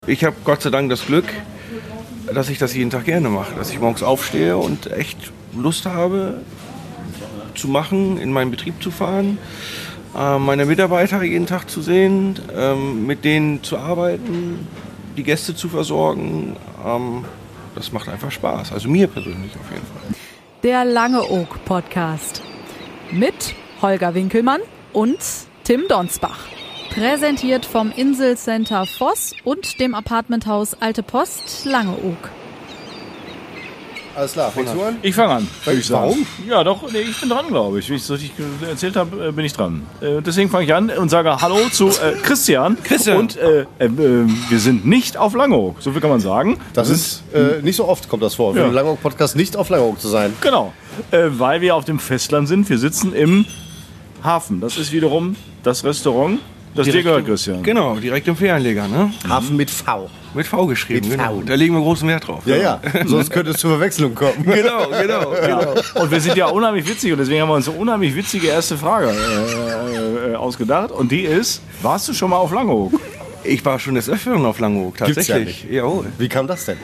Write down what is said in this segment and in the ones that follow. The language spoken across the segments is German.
Ich habe Gott sei Dank das Glück, dass ich das jeden Tag gerne mache. Dass ich morgens aufstehe und echt Lust habe zu machen, in meinen Betrieb zu fahren, meine Mitarbeiter jeden Tag zu sehen, mit denen zu arbeiten, die Gäste zu versorgen. Das macht einfach Spaß. Also mir persönlich auf jeden Fall. Der Langeoog Podcast mit Holger Winkelmann und Tim Donsbach. Präsentiert vom Inselcenter Voss und dem Apartmenthaus Alte Post Langeoog. Alles klar, fängst du an? Ich fange an. Warum? Ja, doch, nee, ich bin dran, glaube ich. Wie ich es richtig erzählt habe, bin ich dran. Deswegen fange ich an und sage Hallo zu Christian. Und wir sind nicht auf Langeoog, so viel kann man sagen. Das ist nicht so oft kommt das vor, für den Langeoog-Podcast nicht auf Langeoog zu sein. Genau, weil wir auf dem Festland sind. Wir sitzen im Hafen. Das ist wiederum das Restaurant, das dir gehört, Christian. Genau, direkt im Fähranleger, ne? Hafen mit V. Mit V geschrieben, Mit V. genau. Da legen wir großen Wert drauf. Ja, sonst könnte es zur Verwechslung kommen. Genau. Und wir sind ja unheimlich witzig und deswegen haben wir uns eine unheimlich witzige erste Frage ausgedacht. Und die ist, warst du schon mal auf Langeoog? Ich war schon des Öfteren auf Langeoog, tatsächlich. Gibt's ja nicht. Jawohl. Wie kam das denn?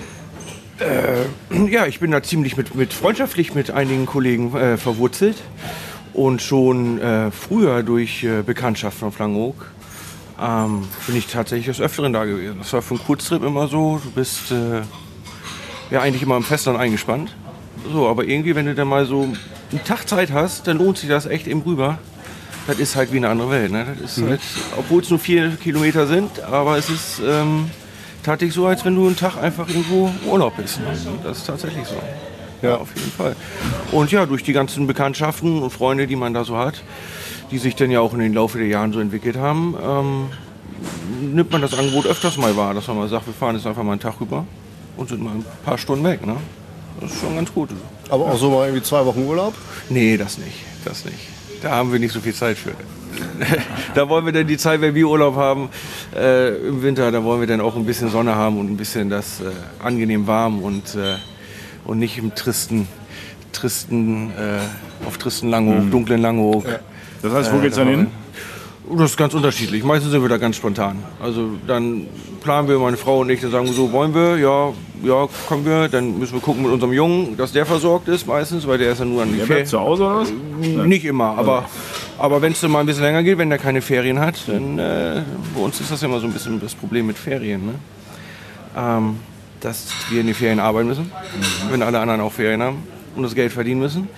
Ja, ich bin da ziemlich freundschaftlich mit einigen Kollegen verwurzelt. Und schon früher durch Bekanntschaft von Langeoog bin ich tatsächlich des Öfteren da gewesen. Das war für einen Kurztrip immer so. Du bist ja eigentlich immer am Festland eingespannt. So, aber irgendwie, wenn du dann mal so einen Tag Zeit hast, dann lohnt sich das echt eben rüber. Das ist halt wie eine andere Welt. Ne? Das ist halt, obwohl es nur 4 Kilometer sind, aber es ist tatsächlich so, als wenn du einen Tag einfach irgendwo Urlaub bist. Ne? Das ist tatsächlich so. Ja, auf jeden Fall. Und ja, durch die ganzen Bekanntschaften und Freunde, die man da so hat, die sich dann ja auch in den Laufe der Jahre so entwickelt haben, nimmt man das Angebot öfters mal wahr, dass man mal sagt, wir fahren jetzt einfach mal einen Tag rüber und sind mal ein paar Stunden weg. Ne? Das ist schon ganz gut. Aber auch so mal irgendwie 2 Wochen Urlaub? Nee, das nicht. Da haben wir nicht so viel Zeit für. Da wollen wir dann die Zeit, wenn wir Urlaub haben im Winter, da wollen wir dann auch ein bisschen Sonne haben und ein bisschen das angenehm warm und nicht im tristen Langeoog, dunklen Langeoog. Ja. Das heißt, wo geht's dann hin? Das ist ganz unterschiedlich. Meistens sind wir da ganz spontan. Also dann planen wir, meine Frau und ich, dann sagen wir so, wollen wir? Ja, kommen wir. Dann müssen wir gucken mit unserem Jungen, dass der versorgt ist meistens, weil der ist ja nur an die Ferien. Zu Hause oder was? Nicht immer, aber wenn es dann mal ein bisschen länger geht, wenn der keine Ferien hat, dann bei uns ist das ja immer so ein bisschen das Problem mit Ferien. Ne? Dass wir in den Ferien arbeiten müssen, wenn alle anderen auch Ferien haben und das Geld verdienen müssen.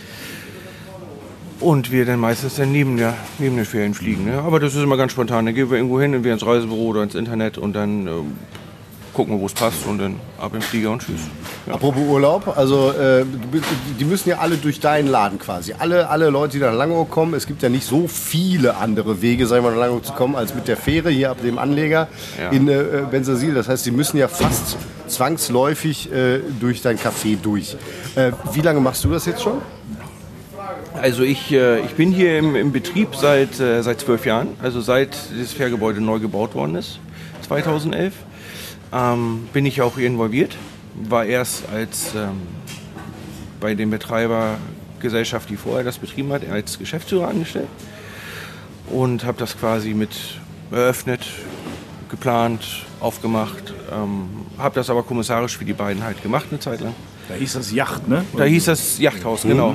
Und wir dann meistens dann neben den Ferien fliegen. Ne? Aber das ist immer ganz spontan. Dann gehen wir irgendwo hin, entweder ins Reisebüro oder ins Internet und dann gucken wir, wo es passt und dann ab im Flieger und tschüss. Ja. Apropos Urlaub, also die müssen ja alle durch deinen Laden quasi. Alle Leute, die nach Langeoog kommen, es gibt ja nicht so viele andere Wege, sagen wir, nach Langeoog zu kommen, als mit der Fähre hier ab dem Anleger in Bensersiel. Das heißt, sie müssen ja fast zwangsläufig durch dein Café durch. Wie lange machst du das jetzt schon? Also ich bin hier im Betrieb seit 12 Jahren, also seit das Fährgebäude neu gebaut worden ist, 2011. Bin ich auch involviert, war erst als bei dem Betreibergesellschaft, die vorher das betrieben hat, als Geschäftsführer angestellt und habe das quasi mit eröffnet, geplant, aufgemacht, habe das aber kommissarisch für die beiden halt gemacht eine Zeit lang. Da hieß das Yacht, ne? Da hieß das Yachthaus, genau.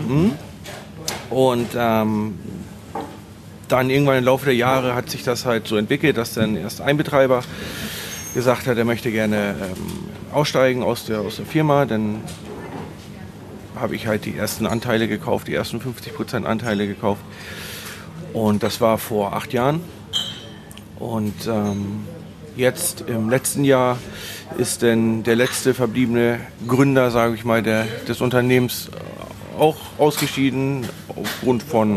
Und dann irgendwann im Laufe der Jahre hat sich das halt so entwickelt, dass dann erst ein Betreiber gesagt hat, er möchte gerne aussteigen aus der Firma. Dann habe ich halt die ersten Anteile gekauft, die ersten 50% Anteile gekauft. Und das war vor 8 Jahren. Und jetzt im letzten Jahr ist dann der letzte verbliebene Gründer, sage ich mal, des Unternehmens auch ausgeschieden aufgrund von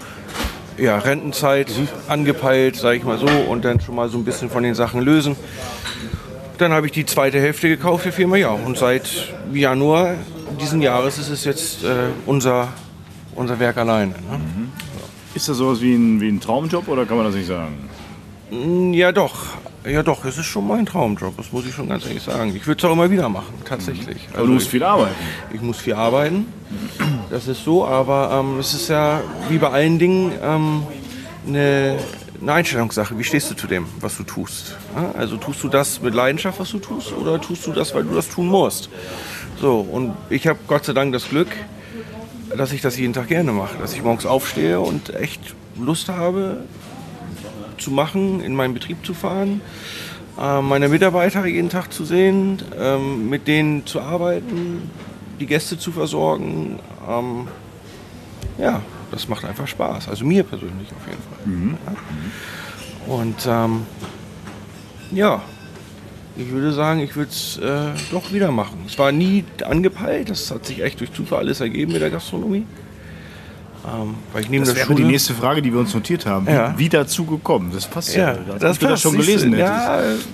Rentenzeit angepeilt, sage ich mal so, und dann schon mal so ein bisschen von den Sachen lösen. Dann habe ich die zweite Hälfte gekauft der Firma, und seit Januar diesen Jahres ist es jetzt unser Werk alleine. Ne? Ist das sowas wie ein Traumjob oder kann man das nicht sagen? Ja doch, es ist schon mein Traumjob, das muss ich schon ganz ehrlich sagen. Ich würde es auch immer wieder machen, tatsächlich. Aber du musst viel arbeiten. Ich muss viel arbeiten, das ist so, aber es ist ja wie bei allen Dingen eine eine Einstellungssache. Wie stehst du zu dem, was du tust? Ja, also tust du das mit Leidenschaft, was du tust, oder tust du das, weil du das tun musst? So, und ich habe Gott sei Dank das Glück, dass ich das jeden Tag gerne mache. Dass ich morgens aufstehe und echt Lust habe, zu machen, in meinen Betrieb zu fahren, meine Mitarbeiter jeden Tag zu sehen, mit denen zu arbeiten, die Gäste zu versorgen. Ja, das macht einfach Spaß. Also mir persönlich auf jeden Fall. Ja. Und ja, ich würde sagen, ich würde es doch wieder machen. Es war nie angepeilt, das hat sich echt durch Zufall alles ergeben mit der Gastronomie. Weil ich neben das der wäre Schule die nächste Frage, die wir uns notiert haben. Ja. Wie dazu gekommen? Das passt ja. Das du das schon gelesen hättest.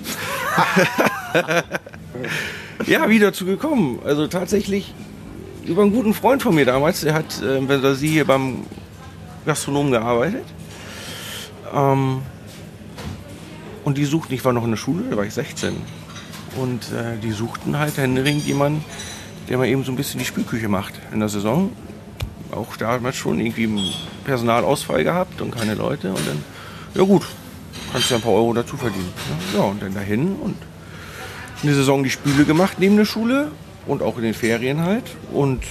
Ja, wie dazu gekommen. Also tatsächlich über einen guten Freund von mir damals, der hat bei Sie hier beim Gastronomen gearbeitet. Und die suchten, ich war noch in der Schule, da war ich 16. Und die suchten halt händeringend jemanden, der mal eben so ein bisschen die Spülküche macht in der Saison. Auch damals schon irgendwie einen Personalausfall gehabt und keine Leute. Und dann, ja gut, kannst ja ein paar Euro dazu verdienen. Ja, und dann dahin und eine Saison die Spüle gemacht neben der Schule und auch in den Ferien halt. Und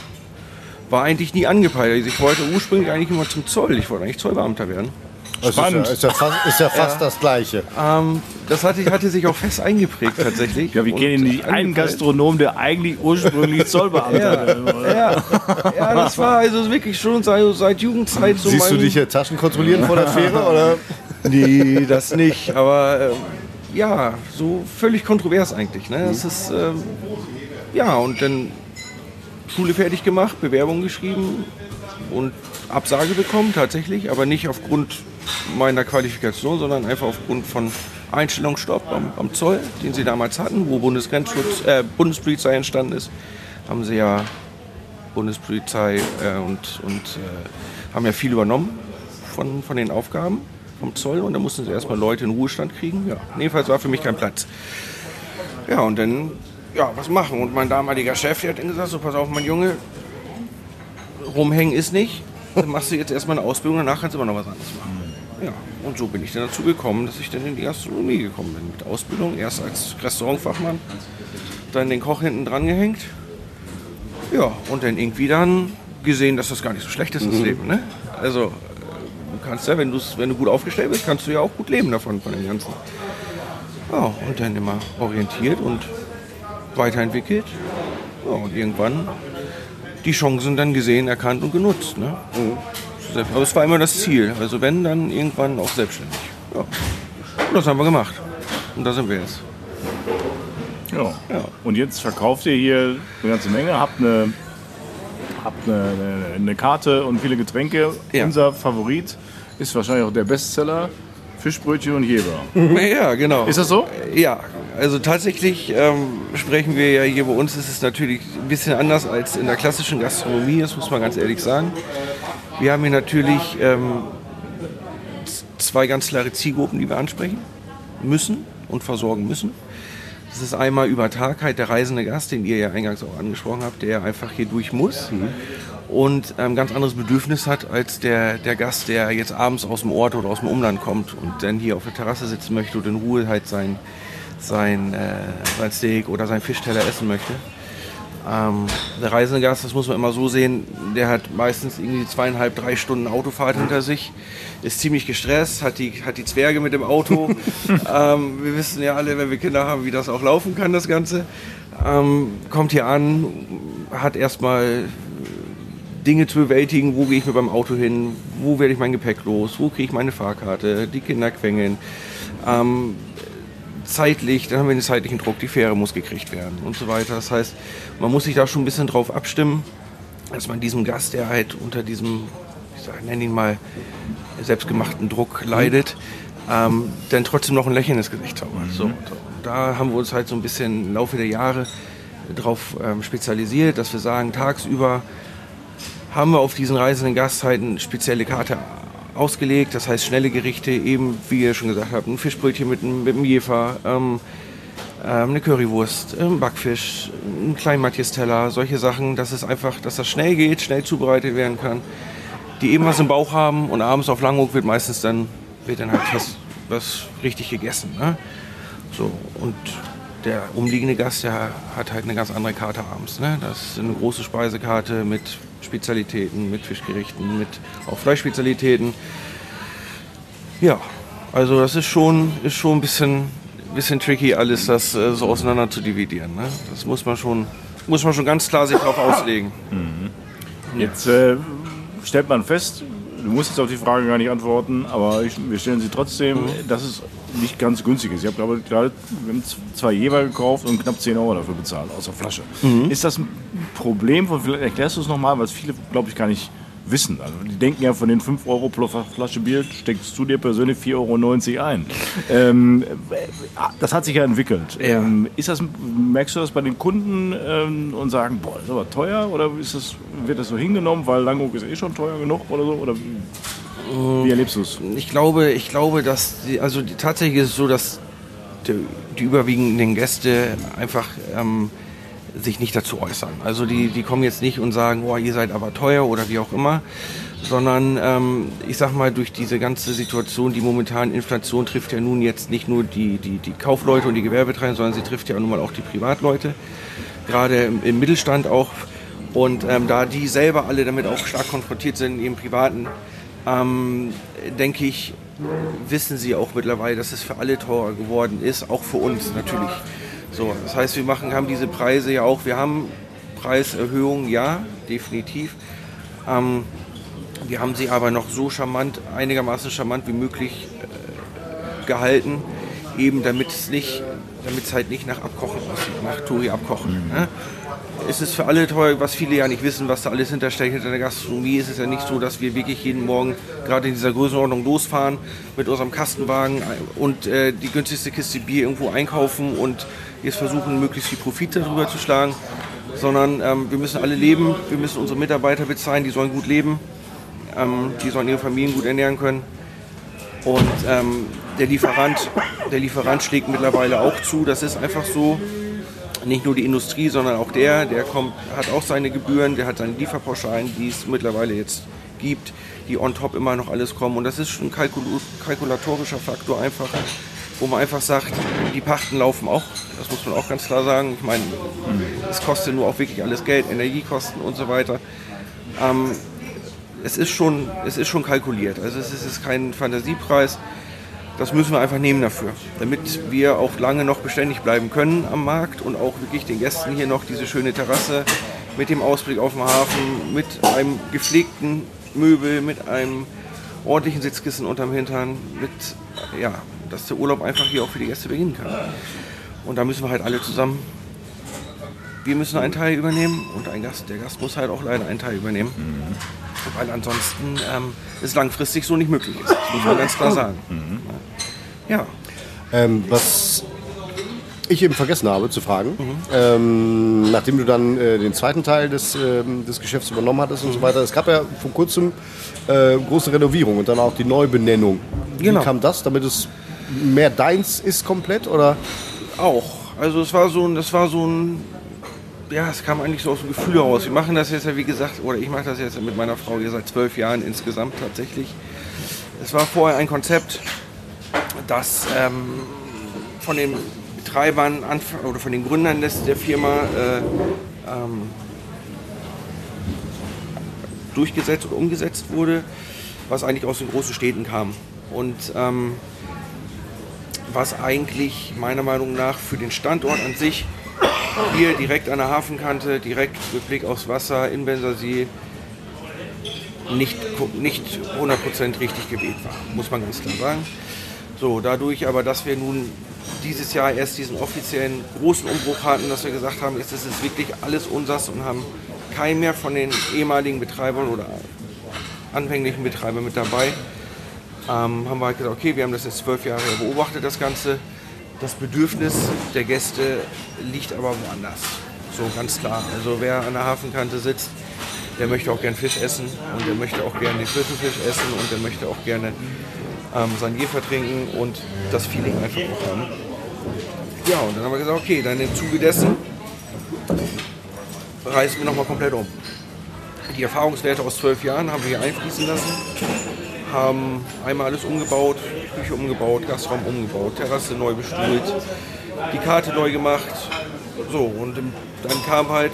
war eigentlich nie angepeilt. Also ich wollte ursprünglich eigentlich immer zum Zoll. Ich wollte eigentlich Zollbeamter werden. Spannend. Ist ja fast das Gleiche. Das hatte sich auch fest eingeprägt tatsächlich. Ja, wir kennen nicht einen Gastronom, der eigentlich ursprünglich Zollbeamter werden wollte. Ja, das war also wirklich schon seit Jugendzeit so. Siehst du dich hier Taschen kontrollieren vor der Fähre? Oder? Nee, das nicht. Aber ja, so völlig kontrovers eigentlich. Ne? Das ist, ja, und dann Schule fertig gemacht, Bewerbung geschrieben und Absage bekommen tatsächlich, aber nicht aufgrund meiner Qualifikation, sondern einfach aufgrund von Einstellungsstopp am Zoll, den sie damals hatten, wo Bundespolizei entstanden ist, haben sie ja Bundespolizei und haben ja viel übernommen von den Aufgaben vom Zoll und da mussten sie erstmal Leute in Ruhestand kriegen. Ja, jedenfalls war für mich kein Platz. Ja, und dann, ja, was machen? Und mein damaliger Chef, der hat dann gesagt, so pass auf, mein Junge, rumhängen ist nicht, dann machst du jetzt erstmal eine Ausbildung, danach kannst du immer noch was anderes machen. Ja, und so bin ich dann dazu gekommen, dass ich dann in die Gastronomie gekommen bin. Mit Ausbildung, erst als Restaurantfachmann, dann den Koch hinten dran gehängt. Ja, und dann irgendwie dann gesehen, dass das gar nicht so schlecht ist, das Leben. Ne? Also, du kannst ja, wenn du gut aufgestellt bist, kannst du ja auch gut leben davon, von dem Ganzen. Ja, und dann immer orientiert und weiterentwickelt. Ja, und irgendwann die Chancen dann gesehen, erkannt und genutzt. Ne? Aber es war immer das Ziel. Also wenn, dann irgendwann auch selbstständig. Ja. Und das haben wir gemacht. Und da sind wir jetzt. Ja. Und jetzt verkauft ihr hier eine ganze Menge, habt eine Karte und viele Getränke. Ja. Unser Favorit ist wahrscheinlich auch der Bestseller, Fischbrötchen und Jeber. Ja, genau. Ist das so? Ja, also tatsächlich sprechen wir ja hier bei uns, ist es natürlich ein bisschen anders als in der klassischen Gastronomie, das muss man ganz ehrlich sagen. Wir haben hier natürlich zwei ganz klare Zielgruppen, die wir ansprechen müssen und versorgen müssen. Das ist einmal über Tag halt der reisende Gast, den ihr ja eingangs auch angesprochen habt, der einfach hier durch muss und ein ganz anderes Bedürfnis hat als der Gast, der jetzt abends aus dem Ort oder aus dem Umland kommt und dann hier auf der Terrasse sitzen möchte und in Ruhe halt sein Steak oder sein Fischteller essen möchte. Der reisende Gast, das muss man immer so sehen, der hat meistens irgendwie 2,5-3 Stunden Autofahrt hinter sich, ist ziemlich gestresst, hat die Zwerge mit dem Auto. Wir wissen ja alle, wenn wir Kinder haben, wie das auch laufen kann, das Ganze. Kommt hier an, hat erstmal Dinge zu bewältigen, wo gehe ich mit meinem Auto hin, wo werde ich mein Gepäck los, wo kriege ich meine Fahrkarte, die Kinder quengeln. Zeitlich, dann haben wir den zeitlichen Druck, die Fähre muss gekriegt werden und so weiter. Das heißt, man muss sich da schon ein bisschen drauf abstimmen, dass man diesem Gast, der halt unter diesem, nenne ihn mal, selbstgemachten Druck leidet, dann trotzdem noch ein Lächeln ins Gesicht zaubert. So. Da haben wir uns halt so ein bisschen im Laufe der Jahre drauf spezialisiert, dass wir sagen, tagsüber haben wir auf diesen reisenden Gast halt eine spezielle Karte ausgelegt, das heißt schnelle Gerichte, eben wie ihr schon gesagt habt, ein Fischbrötchen mit einem Jefer, eine Currywurst, ein Backfisch, ein kleinen Matjes-Teller, solche Sachen, dass das schnell geht, schnell zubereitet werden kann, die eben was im Bauch haben und abends auf Langhoek wird meistens dann wird dann halt was richtig gegessen. Ne? So, und der umliegende Gast, der hat halt eine ganz andere Karte abends. Ne? Das ist eine große Speisekarte mit Spezialitäten, mit Fischgerichten, mit auch Fleischspezialitäten. Ja, also das ist schon ein bisschen tricky, alles das so auseinander zu dividieren. Ne? Das muss man schon ganz klar sich darauf auslegen. Jetzt stellt man fest, du musst jetzt auf die Frage gar nicht antworten, aber wir stellen sie trotzdem, dass es nicht ganz günstig ist. Ich habe glaube gerade 2 Jever gekauft und knapp 10 Euro dafür bezahlt, aus der Flasche. Ist das ein Problem? Vielleicht erklärst du es nochmal, weil es viele, glaube ich, gar nicht wissen. Also die denken ja, von den 5 Euro pro Flasche Bier steckst du dir persönlich 4,90 Euro ein. Das hat sich ja entwickelt. Ja. Merkst du das bei den Kunden und sagen, boah, das ist aber teuer? Oder wird das so hingenommen, weil Langeoog ist eh schon teuer genug oder so? Oder wie erlebst du es? Ich glaube, dass tatsächlich ist es so, dass die überwiegenden Gäste einfach sich nicht dazu äußern. Also die kommen jetzt nicht und sagen, oh, ihr seid aber teuer oder wie auch immer, sondern ich sag mal, durch diese ganze Situation, die momentan Inflation trifft ja nun jetzt nicht nur die Kaufleute und die Gewerbetreibenden, sondern sie trifft ja nun mal auch die Privatleute, gerade im Mittelstand auch. Und da die selber alle damit auch stark konfrontiert sind, im Privaten, denke ich, wissen sie auch mittlerweile, dass es für alle teurer geworden ist, auch für uns natürlich. So, das heißt, wir haben diese Preise ja auch, wir haben Preiserhöhungen, ja, definitiv. Wir haben sie aber noch so einigermaßen charmant wie möglich gehalten, eben damit es halt nicht nach Abkochen aussieht, nach Touri-Abkochen. Ne? Es ist für alle teuer, was viele ja nicht wissen, was da alles hintersteckt. Hinter der Gastronomie ist es ja nicht so, dass wir wirklich jeden Morgen gerade in dieser Größenordnung losfahren mit unserem Kastenwagen und die günstigste Kiste Bier irgendwo einkaufen und jetzt versuchen, möglichst viel Profit darüber zu schlagen, sondern wir müssen alle leben, wir müssen unsere Mitarbeiter bezahlen, die sollen gut leben, die sollen ihre Familien gut ernähren können. Und der Lieferant schlägt mittlerweile auch zu, das ist einfach so. Nicht nur die Industrie, sondern auch der hat auch seine Gebühren, der hat seine Lieferpauschalen, die es mittlerweile jetzt gibt, die on top immer noch alles kommen. Und das ist schon ein kalkulatorischer Faktor einfach, wo man einfach sagt, die Pachten laufen auch, das muss man auch ganz klar sagen. Ich meine, es kostet nur auch wirklich alles Geld, Energiekosten und so weiter. Es ist schon kalkuliert, also es ist kein Fantasiepreis. Das müssen wir einfach nehmen dafür, damit wir auch lange noch beständig bleiben können am Markt und auch wirklich den Gästen hier noch diese schöne Terrasse mit dem Ausblick auf den Hafen, mit einem gepflegten Möbel, mit einem ordentlichen Sitzkissen unterm Hintern, dass der Urlaub einfach hier auch für die Gäste beginnen kann. Und da müssen wir halt alle zusammen, wir müssen einen Teil übernehmen und der Gast muss halt auch leider einen Teil übernehmen. Weil ansonsten es langfristig so nicht möglich ist. Das muss man ganz klar sagen. Ja. Was ich eben vergessen habe zu fragen, nachdem du dann den zweiten Teil des Geschäfts übernommen hattest und so weiter, es gab ja vor kurzem große Renovierung und dann auch die Neubenennung. Genau. Wie kam das, damit es mehr deins ist komplett, oder? Auch. Also es kam eigentlich so aus dem Gefühl heraus. Wir machen das jetzt ja, wie gesagt, oder ich mache das jetzt mit meiner Frau hier seit 12 Jahren insgesamt tatsächlich. Es war vorher ein Konzept, das von den Betreibern oder von den Gründern der Firma durchgesetzt oder umgesetzt wurde, was eigentlich aus den großen Städten kam. Und was eigentlich meiner Meinung nach für den Standort an sich hier direkt an der Hafenkante, direkt mit Blick aufs Wasser in Bensersiel nicht 100% richtig gewählt war, muss man ganz klar sagen. So, dadurch aber, dass wir nun dieses Jahr erst diesen offiziellen großen Umbruch hatten, dass wir gesagt haben, jetzt ist es wirklich alles unsers und haben keinen mehr von den ehemaligen Betreibern oder anfänglichen Betreibern mit dabei, haben wir halt gesagt, okay, wir haben das jetzt 12 Jahre beobachtet, das Ganze. Das Bedürfnis der Gäste liegt aber woanders. So ganz klar. Also wer an der Hafenkante sitzt, der möchte auch gern Fisch essen und der möchte auch gerne den frischen Fisch essen und der möchte auch gerne sein Jefer trinken und das Feeling einfach auch haben. Ja, und dann haben wir gesagt, okay, dann im Zuge dessen reißen wir nochmal komplett um. Die Erfahrungswerte aus 12 Jahren haben wir hier einfließen lassen, haben einmal alles umgebaut, Küche umgebaut, Gastraum umgebaut, Terrasse neu bestuhlt, die Karte neu gemacht. So, und dann kam halt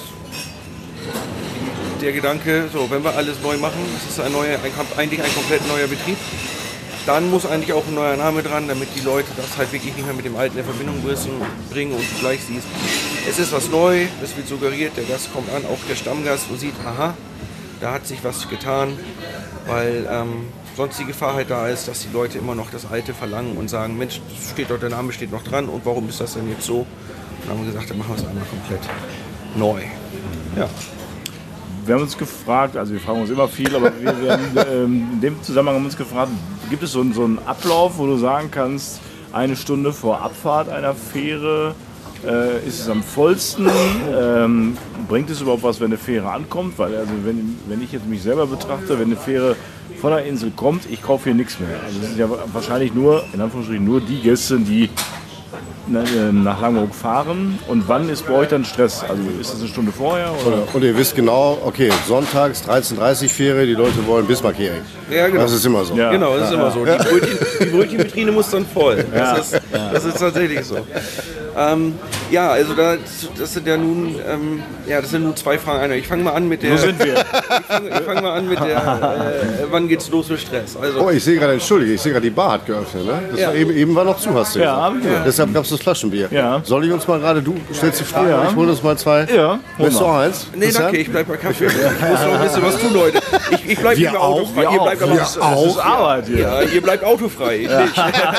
der Gedanke, so, wenn wir alles neu machen, das ist eigentlich ein komplett neuer Betrieb, dann muss eigentlich auch ein neuer Name dran, damit die Leute das halt wirklich nicht mehr mit dem Alten in Verbindung bringen und du gleich siehst, es ist was neu, es wird suggeriert, der Gast kommt an, auch der Stammgast und sieht, aha, da hat sich was getan, weil sonst die Gefahr halt da ist, dass die Leute immer noch das Alte verlangen und sagen, Mensch, der Name steht noch dran und warum ist das denn jetzt so? Und dann haben wir gesagt, dann machen wir es einmal komplett neu. Ja. Wir haben uns gefragt, also wir fragen uns immer viel, aber wir in dem Zusammenhang haben wir uns gefragt, gibt es so einen Ablauf, wo du sagen kannst, eine Stunde vor Abfahrt einer Fähre ist es am vollsten? Bringt es überhaupt was, wenn eine Fähre ankommt? Weil also wenn ich jetzt mich selber betrachte, wenn eine Fähre von der Insel kommt, ich kaufe hier nichts mehr. Also es sind ja wahrscheinlich nur, in Anführungsstrichen, nur die Gäste, die nach Langeoog fahren. Und wann ist bei euch dann Stress? Also ist das eine Stunde vorher? Oder? Und ihr wisst genau, okay, sonntags 13:30 Fähre, die Leute wollen Bismarck-Hering. Ja, genau. Das ist immer so. Ja. Genau, das ist immer so. Die Brötchenvitrine muss dann voll. Das ist tatsächlich so. Also das sind ja nun, das sind nun zwei Fragen. Ich fange mal an mit der. Wo sind wir? Ich fange mal an mit der. Wann geht's los mit Stress? Also, Ich sehe gerade, die Bar hat geöffnet, ne? Das war eben war noch zu, hast du gesagt. hab ich gesagt. Deshalb gab es das Flaschenbier. Ja. Soll ich uns mal gerade, du stellst die Frage, ich hole uns mal zwei. Ja, Willst du auch eins? nee, danke, ich bleib bei Kaffee. Ich muss noch ein bisschen was tun, Leute. Ich bleib nicht mehr autofrei. Ihr bleibt aber Das ist Arbeit hier. Ja, ihr bleibt autofrei. Ich nicht.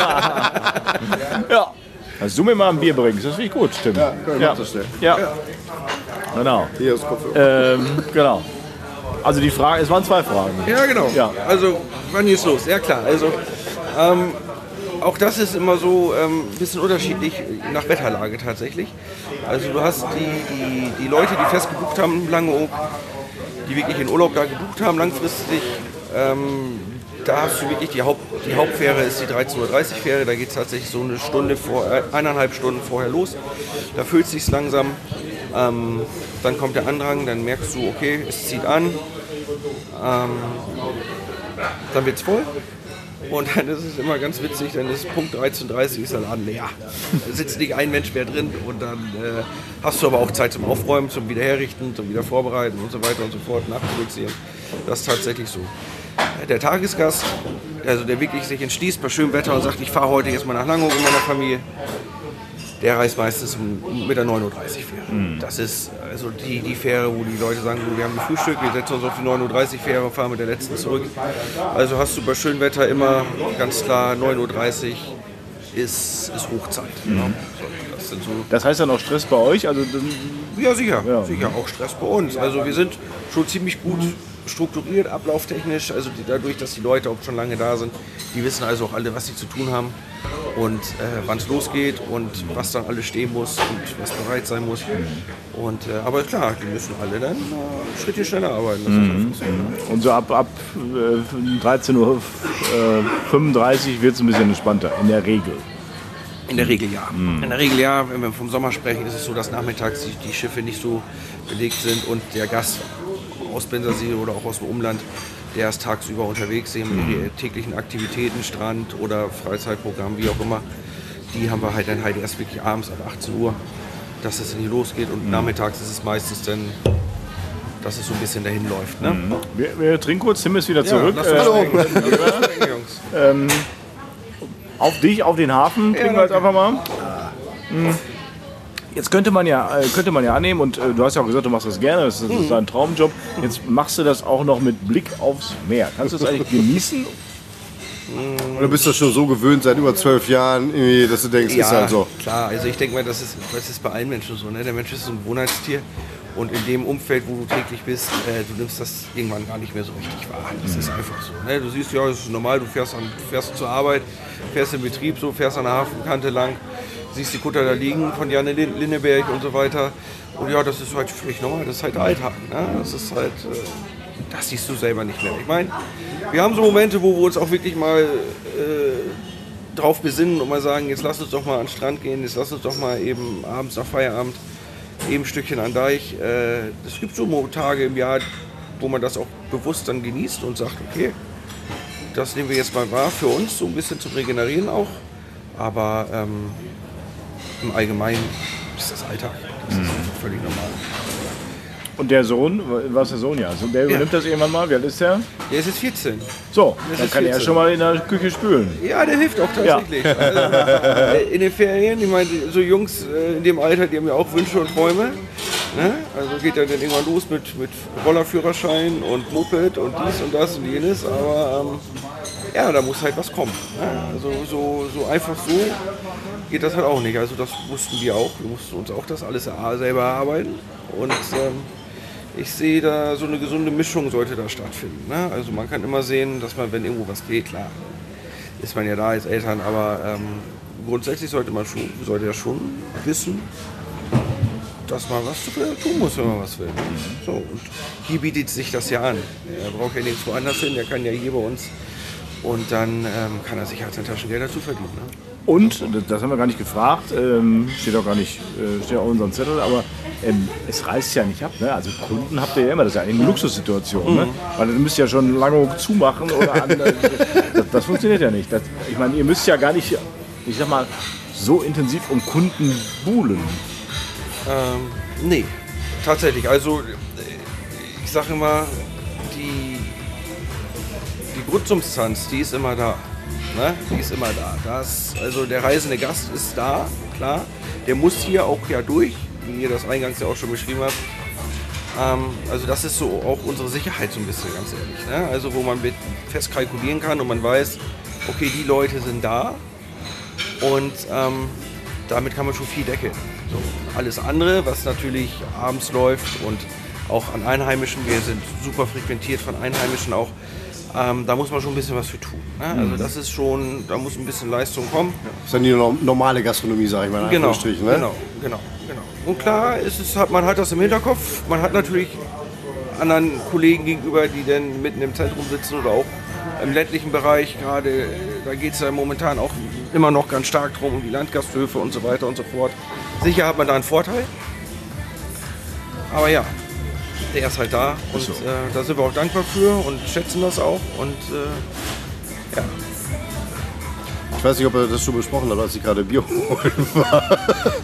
Ja. Also du mir mal ein Bier bringst, das finde ich gut, stimmt. Ja, mach das schnell. Ja. Genau. Hier ist Kopfhörer. Genau. Also die Frage, es waren zwei Fragen. Ja, genau. Ja. Also, wann geht's los? Ja, klar. Also, auch das ist immer so ein bisschen unterschiedlich nach Wetterlage tatsächlich. Also, du hast die Leute, die fest gebucht haben, Langeoog, die wirklich in Urlaub da gebucht haben, langfristig. Da hast du wirklich die Hauptfähre ist die 13:30 Uhr Fähre, da geht es tatsächlich so eine Stunde 1,5 Stunden vorher los. Da füllt es sich langsam, dann kommt der Andrang, dann merkst du, okay, es zieht an, dann wird es voll. Und dann ist es immer ganz witzig, dann ist Punkt 13:30 Uhr ist der Laden leer. Da sitzt nicht ein Mensch mehr drin und dann hast du aber auch Zeit zum Aufräumen, zum Wiederherrichten, zum Wiedervorbereiten und so weiter und so fort, nachproduzieren. Das ist tatsächlich so. Der Tagesgast, also der wirklich sich entschließt bei schönem Wetter und sagt, ich fahre heute jetzt mal nach Langeoog mit meiner Familie, der reist meistens mit der 9:30 Uhr Fähre. Das ist also die Fähre, wo die Leute sagen, wir haben ein Frühstück, wir setzen uns auf die 9:30 Uhr Fähre und fahren mit der letzten zurück. Also hast du bei schönem Wetter immer ganz klar 9:30 Uhr ist Hochzeit. Ja. So, Das heißt dann auch Stress bei euch? Also ja, sicher. Sicher, auch Stress bei uns. Also wir sind schon ziemlich gut strukturiert, ablauftechnisch. Also dadurch, dass die Leute auch schon lange da sind, die wissen also auch alle, was sie zu tun haben und wann es losgeht und was dann alles stehen muss und was bereit sein muss. Und, aber klar, die müssen alle dann Schritte schneller arbeiten. Das ist einfach so. Und so ab 13:35 Uhr wird es ein bisschen entspannter, in der Regel. In der Regel ja. In der Regel ja, wenn wir vom Sommer sprechen, ist es so, dass nachmittags die Schiffe nicht so belegt sind und der Gast aus Bensersiel oder auch aus dem Umland, der ist tagsüber unterwegs, die haben ihre täglichen Aktivitäten, Strand oder Freizeitprogramm, wie auch immer. Die haben wir halt dann halt erst wirklich abends ab 18 Uhr, dass es dann hier losgeht und nachmittags ist es meistens dann, dass es so ein bisschen dahin läuft. Ne? Wir trinken kurz, Tim ist wieder zurück. Hallo, Jungs. Auf dich, auf den Hafen, trinken wir jetzt einfach mal. Jetzt könnte man ja annehmen, und du hast ja auch gesagt, du machst das gerne, das ist dein Traumjob. Jetzt machst du das auch noch mit Blick aufs Meer. Kannst du das eigentlich genießen? Oder bist du schon so gewöhnt seit über 12 Jahren, irgendwie, dass du denkst, ist halt so? Klar, also ich denke mal, das ist bei allen Menschen so. Ne? Der Mensch ist so ein Gewohnheitstier und in dem Umfeld, wo du täglich bist, du nimmst das irgendwann gar nicht mehr so richtig wahr. Das ist einfach so. Ne? Du siehst, ja, das ist normal, du fährst zur Arbeit, fährst in Betrieb, so, fährst an der Hafenkante lang, siehst die Kutter da liegen von Janne Linneberg und so weiter. Und ja, das ist halt völlig normal, das ist halt der Alltag. Ne? Das ist halt, das siehst du selber nicht mehr. Ich meine, wir haben so Momente, wo wir uns auch wirklich mal drauf besinnen und mal sagen, jetzt lass uns doch mal an den Strand gehen, jetzt lass uns doch mal eben abends nach Feierabend eben ein Stückchen an Deich. Es gibt so Tage im Jahr, wo man das auch bewusst dann genießt und sagt, okay, das nehmen wir jetzt mal wahr für uns, so ein bisschen zum Regenerieren auch. Aber im Allgemeinen ist das Alltag. Das ist völlig normal. Und der Sohn, was der Sohn ja? Also der übernimmt das irgendwann mal. Wie alt ist der? Der ist jetzt 14. So, Das dann ist kann er 14. schon mal in der Küche spülen. Ja, der hilft auch tatsächlich. Also, in den Ferien, ich meine, so Jungs in dem Alter, die haben ja auch Wünsche und Träume. Ne? Also geht dann irgendwann los mit Rollerführerschein und Moped und dies und das und jenes. Aber ja, da muss halt was kommen. Ne? Also so einfach so geht das halt auch nicht. Also das wussten wir auch. Wir mussten uns auch das alles selber erarbeiten. Und ich sehe da so eine gesunde Mischung sollte da stattfinden. Ne? Also man kann immer sehen, dass man, wenn irgendwo was geht, klar, ist man ja da als Eltern, aber grundsätzlich sollte ja schon wissen, dass man was tun muss, wenn man was will. So, und hier bietet sich das ja an. Er braucht ja nichts woanders hin, der kann ja hier bei uns und dann kann er sich halt sein Taschengeld dazu verdienen. Ne? Und, das haben wir gar nicht gefragt, steht auch in unserem Zettel, aber es reißt ja nicht ab. Ne? Also Kunden habt ihr ja immer, das ist ja eine Luxussituation. Ne? Weil dann müsst ihr ja schon lange zumachen oder anders. Das funktioniert ja nicht. Ich meine, ihr müsst ja gar nicht, ich sag mal, so intensiv um Kunden buhlen. Nee, tatsächlich. Also ich sage immer, die Grundsubstanz, die ist immer da. Ne? Die ist immer da. Also der reisende Gast ist da, klar. Der muss hier auch ja durch, wie ihr das eingangs ja auch schon beschrieben habt. Also das ist so auch unsere Sicherheit so ein bisschen, ganz ehrlich. Ne? Also wo man fest kalkulieren kann und man weiß, okay, die Leute sind da und damit kann man schon viel deckeln. So, alles andere, was natürlich abends läuft und auch an Einheimischen, wir sind super frequentiert von Einheimischen auch, da muss man schon ein bisschen was für tun. Ne? Also das ist schon, da muss ein bisschen Leistung kommen. Das ist dann die normale Gastronomie, sage ich mal, in Anführungsstrichen, ne? Genau. Und klar, man hat das im Hinterkopf, man hat natürlich anderen Kollegen gegenüber, die dann mitten im Zentrum sitzen oder auch im ländlichen Bereich gerade, da geht es ja momentan auch immer noch ganz stark drum, um die Landgasthöfe und so weiter und so fort. Sicher hat man da einen Vorteil, aber ja, der ist halt da und da sind wir auch dankbar für und schätzen das auch und ja. Ich weiß nicht, ob er das schon besprochen hat, als ich gerade Bier holen war.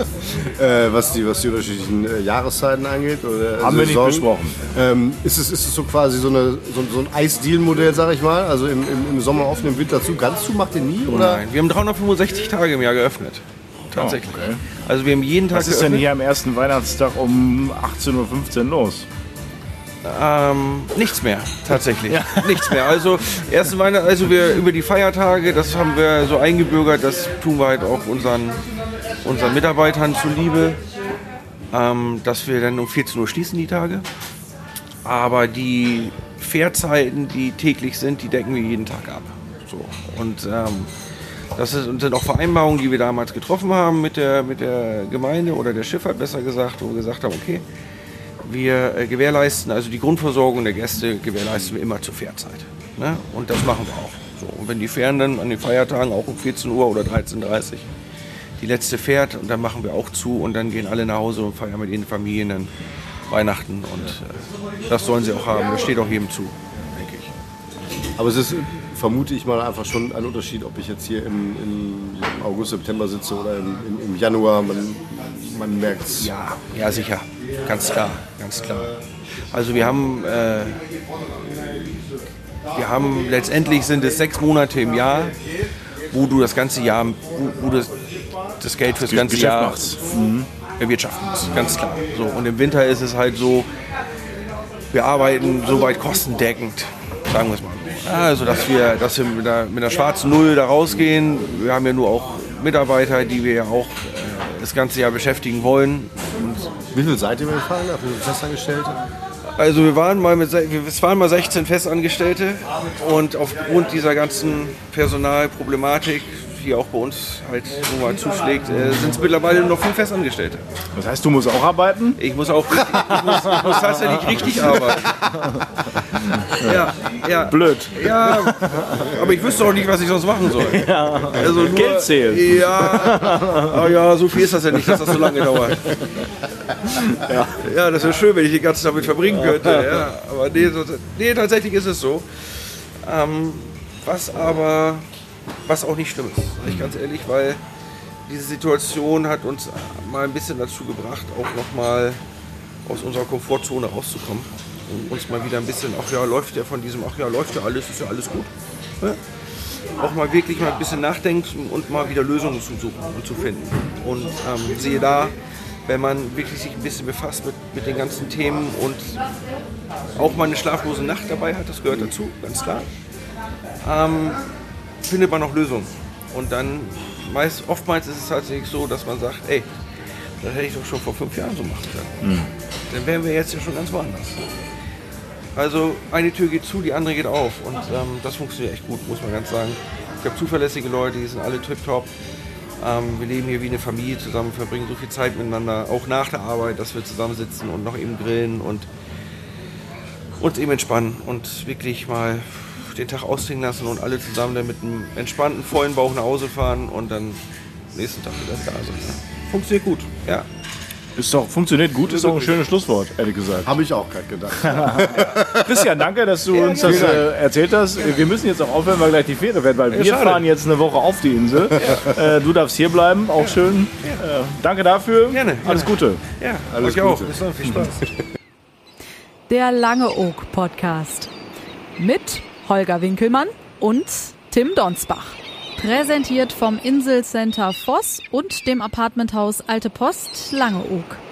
was die unterschiedlichen Jahreszeiten angeht. Oder haben wir nicht besprochen. Ist es so quasi so ein Eisdielen-Modell, sag ich mal? Also im Sommer offen, im Winter zu. Ganz zu macht ihr nie? Oder? Nein, wir haben 365 Tage im Jahr geöffnet. Tatsächlich. Oh, okay. Also wir haben jeden Tag Was ist denn hier am ersten Weihnachtstag um 18.15 Uhr los? Nichts mehr, tatsächlich. Ja. Nichts mehr. Also wir über die Feiertage, das haben wir so eingebürgert, das tun wir halt auch unseren Mitarbeitern zuliebe, dass wir dann um 14 Uhr schließen die Tage. Aber die Fährzeiten, die täglich sind, die decken wir jeden Tag ab. So. Und das sind auch Vereinbarungen, die wir damals getroffen haben mit der Gemeinde oder der Schifffahrt, besser gesagt, wo wir gesagt haben, okay, wir gewährleisten, also die Grundversorgung der Gäste gewährleisten wir immer zur Fährzeit. Ne? Und das machen wir auch. So, und wenn die Fähren dann an den Feiertagen auch um 14 Uhr oder 13.30 Uhr die letzte fährt, und dann machen wir auch zu und dann gehen alle nach Hause und feiern mit ihren Familien dann Weihnachten. Und das sollen sie auch haben. Das steht auch jedem zu, denke ich. Aber es ist, vermute ich mal, einfach schon ein Unterschied, ob ich jetzt hier im August, September sitze oder im Januar. Man merkt es. Ja, sicher. Ganz klar. Also wir haben letztendlich sind es 6 Monate im Jahr, wo du das ganze Jahr, wo du das Geld fürs ganze Jahr erwirtschaften musst. Ganz klar. So, und im Winter ist es halt so, wir arbeiten soweit kostendeckend, sagen wir es mal. Also dass wir mit einer schwarzen Null da rausgehen. Wir haben ja nur auch Mitarbeiter, die wir ja auch das ganze Jahr beschäftigen wollen. Und wie viel seid ihr, wenn ich fragen darf? Wie viele Festangestellte? Also wir waren mal 16 Festangestellte und aufgrund dieser ganzen Personalproblematik, die auch bei uns halt nun mal zuschlägt, sind es mittlerweile nur noch 5 Festangestellte. Das heißt, du musst auch arbeiten? Ich muss tatsächlich richtig arbeiten. Ja. Blöd. Ja, aber ich wüsste auch nicht, was ich sonst machen soll. Ja. Also nur, Geld zählen. Ja, so viel ist das ja nicht, dass das so lange dauert. Ja, das wäre schön, wenn ich den ganzen Tag damit verbringen könnte. Ja, aber nee, tatsächlich ist es so. was auch nicht schlimm ist, sage ich ganz ehrlich, weil diese Situation hat uns mal ein bisschen dazu gebracht, auch nochmal aus unserer Komfortzone rauszukommen und uns mal wieder ein bisschen, läuft ja alles, ist ja alles gut. Ja? Auch mal wirklich mal ein bisschen nachdenken und mal wieder Lösungen zu suchen und zu finden. Und siehe da, wenn man wirklich sich ein bisschen befasst mit den ganzen Themen und auch mal eine schlaflose Nacht dabei hat, das gehört dazu, ganz klar, findet man noch Lösungen. Und dann oftmals ist es tatsächlich so, dass man sagt, ey, das hätte ich doch schon vor 5 Jahren so machen können. Dann wären wir jetzt ja schon ganz woanders. Also eine Tür geht zu, die andere geht auf und das funktioniert echt gut, muss man ganz sagen. Ich habe zuverlässige Leute, die sind alle tipptopp. Wir leben hier wie eine Familie zusammen, verbringen so viel Zeit miteinander, auch nach der Arbeit, dass wir zusammensitzen und noch eben grillen und uns eben entspannen und wirklich mal den Tag ausklingen lassen und alle zusammen dann mit einem entspannten, vollen Bauch nach Hause fahren und dann nächsten Tag wieder da sind. Funktioniert gut, ja. Funktioniert gut, ist auch ein schönes Schlusswort, ehrlich gesagt. Habe ich auch gerade gedacht. Christian, danke, dass du uns das erzählt hast. Wir müssen jetzt auch aufhören, weil gleich die Fähre wird, weil wir fahren jetzt eine Woche auf die Insel. Du darfst hier bleiben, auch schön. Danke dafür. Gerne. Alles Gute. Ja, alles Gute. Gute. Bis dann, viel Spaß. Der Lange Oak Podcast mit Holger Winkelmann und Tim Donsbach. Präsentiert vom Inselcenter Voss und dem Apartmenthaus Alte Post Langeoog.